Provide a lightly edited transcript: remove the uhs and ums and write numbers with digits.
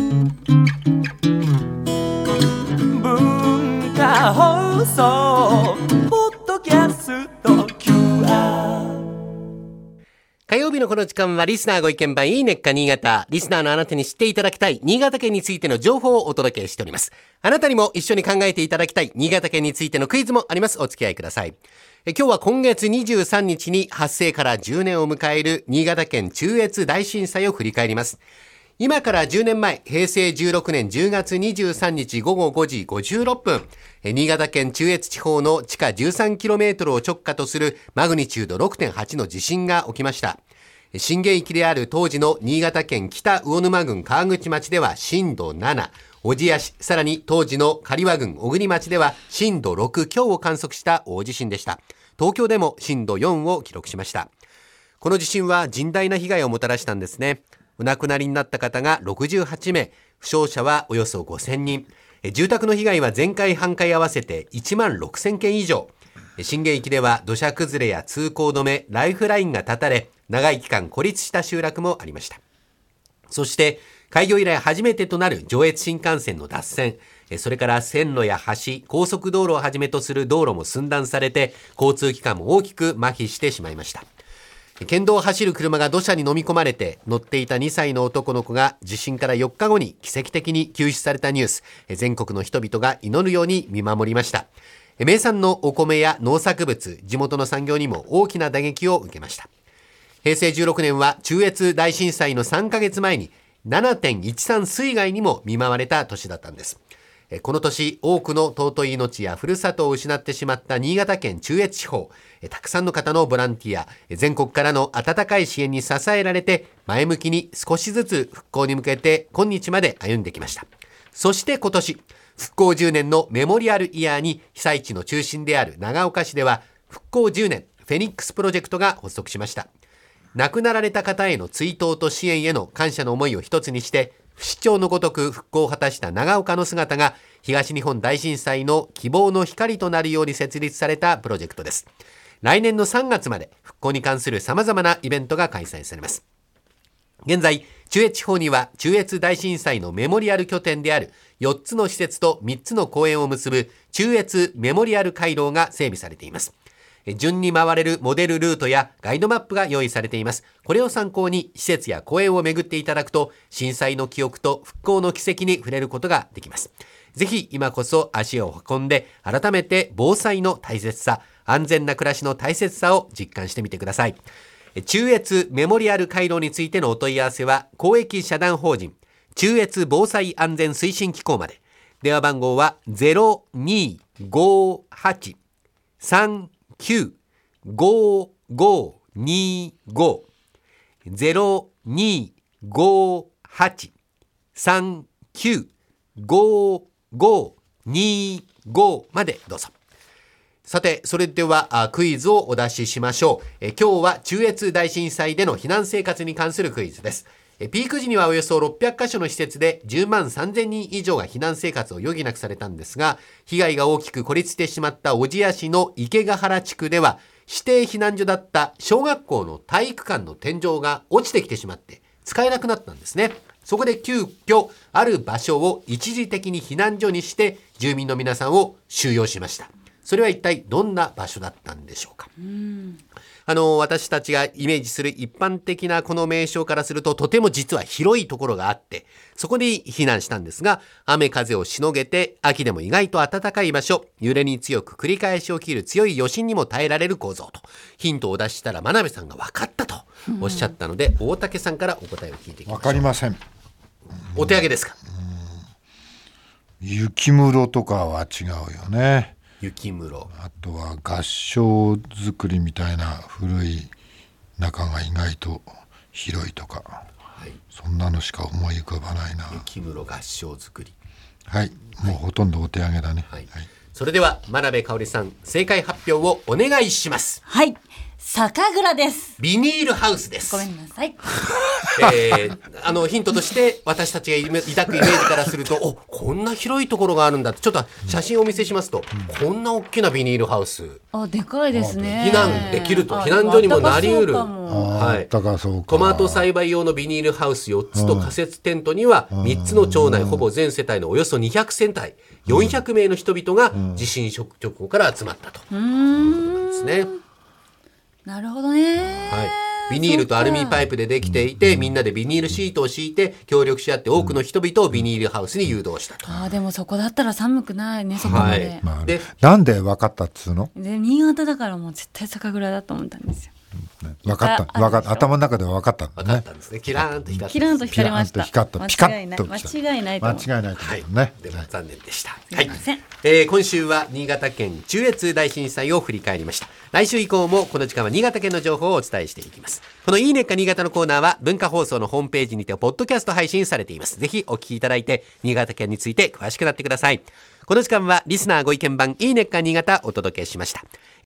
文化放送ポッドキャスト QR。 火曜日のこの時間はリスナーご意見番いいねっか新潟。リスナーのあなたに知っていただきたい新潟県についての情報をお届けしております。あなたにも一緒に考えていただきたい新潟県についてのクイズもあります。お付き合いください。今日は今月23日に発生から10年を迎える新潟県中越大震災を振り返ります。今から10年前、平成16年10月23日午後5時56分、新潟県中越地方の地下 13km を直下とするマグニチュード 6.8 の地震が起きました。震源域である当時の新潟県北魚沼郡川口町では震度7、小千谷市、さらに当時の刈羽郡小国町では震度6強を観測した大地震でした。東京でも震度4を記録しました。この地震は甚大な被害をもたらしたんですね。お亡くなりになった方が68名、負傷者はおよそ5000人。住宅の被害は全壊半壊合わせて1万6000件以上。震源域では土砂崩れや通行止め、ライフラインが断たれ、長い期間孤立した集落もありました。そして開業以来初めてとなる上越新幹線の脱線、それから線路や橋、高速道路をはじめとする道路も寸断されて、交通機関も大きく麻痺してしまいました。県道を走る車が土砂に飲み込まれて、乗っていた2歳の男の子が地震から4日後に奇跡的に救出されたニュース、全国の人々が祈るように見守りました。名産のお米や農作物、地元の産業にも大きな打撃を受けました。平成16年は中越大震災の3ヶ月前に 7.13 水害にも見舞われた年だったんです。この年、多くの尊い命やふるさとを失ってしまった新潟県中越地方、たくさんの方のボランティア、全国からの温かい支援に支えられて、前向きに少しずつ復興に向けて今日まで歩んできました。そして今年、復興10年のメモリアルイヤーに被災地の中心である長岡市では、復興10年フェニックスプロジェクトが発足しました。亡くなられた方への追悼と支援への感謝の思いを一つにして、不死鳥のごとく復興を果たした長岡の姿が東日本大震災の希望の光となるように設立されたプロジェクトです。来年の3月まで復興に関する様々なイベントが開催されます。現在、中越地方には中越大震災のメモリアル拠点である4つの施設と3つの公園を結ぶ中越メモリアル回廊が整備されています。順に回れるモデルルートやガイドマップが用意されています。これを参考に施設や公園を巡っていただくと、震災の記憶と復興の奇跡に触れることができます。ぜひ今こそ足を運んで、改めて防災の大切さ、安全な暮らしの大切さを実感してみてください。中越メモリアル回廊についてのお問い合わせは、公益社団法人中越防災安全推進機構まで。電話番号は 0258-395525 0258-395525までどうぞ。さて、それではクイズをお出ししましょう。今日は中越大震災での避難生活に関するクイズです。ピーク時にはおよそ600カ所の施設で10万3000人以上が避難生活を余儀なくされたんですが、被害が大きく孤立してしまった小千谷市の池ヶ原地区では、指定避難所だった小学校の体育館の天井が落ちてきてしまって使えなくなったんですね。そこで急遽ある場所を一時的に避難所にして住民の皆さんを収容しました。それは一体どんな場所だったんでしょうか。私たちがイメージする一般的なこの名称からすると、とても実は広いところがあって、そこで避難したんですが、雨風をしのげて秋でも意外と暖かい場所、揺れに強く繰り返し起きる強い余震にも耐えられる構造とヒントを出したら、真鍋さんが分かったとおっしゃったので、大竹さんからお答えを聞いていきましょう。 分かりません。 お手上げですか。 雪室とかは違うよね。 雪室、 あとは合掌造りみたいな古い中が意外と広いとか、 はい、 そんなのしか思い浮かばないな。 雪室合掌造り、 はい、もうほとんどお手上げだね。 はいはい、それでは真鍋かおりさん、正解発表をお願いします。 はい、 酒蔵です。 ビニールハウスです。 ごめんなさい。 ヒントとして私たちが抱くイメージからするとお、こんな広いところがあるんだって、ちょっと写真をお見せしますと、こんな大きなビニールハウス、 でかいですね。 避難できると、避難所にもなりうる、 はい、 トマト栽培用のビニールハウス4つと仮設テントには3つの町内ほぼ全世帯のおよそ200世帯400名の人々が地震直後から集まったということなんですね。 なるほどね。 はい、ビニールとアルミパイプでできていて、みんなでビニールシートを敷いて協力し合って多くの人々をビニールハウスに誘導したと。 でもそこだったら寒くないね、そこまで。 でなんで分かったっつうの？ で新潟だからもう絶対酒蔵だと思ったんですよ。 分かった、頭の中では分かったんだね。 分かったんですね。キラーンと光った。 キラーンと光りました。 ピカッとピカッと間違いないと思う。 間違いないと思うね。 でも残念でした。 すいません。 今週は新潟県中越大震災を振り返りました。来週以降もこの時間は新潟県の情報をお伝えしていきます。このいいねっか新潟のコーナーは文化放送のホームページにてポッドキャスト配信されています。ぜひお聞きいただいて新潟県について詳しくなってください。この時間はリスナーご意見番いいねっか新潟お届けしました。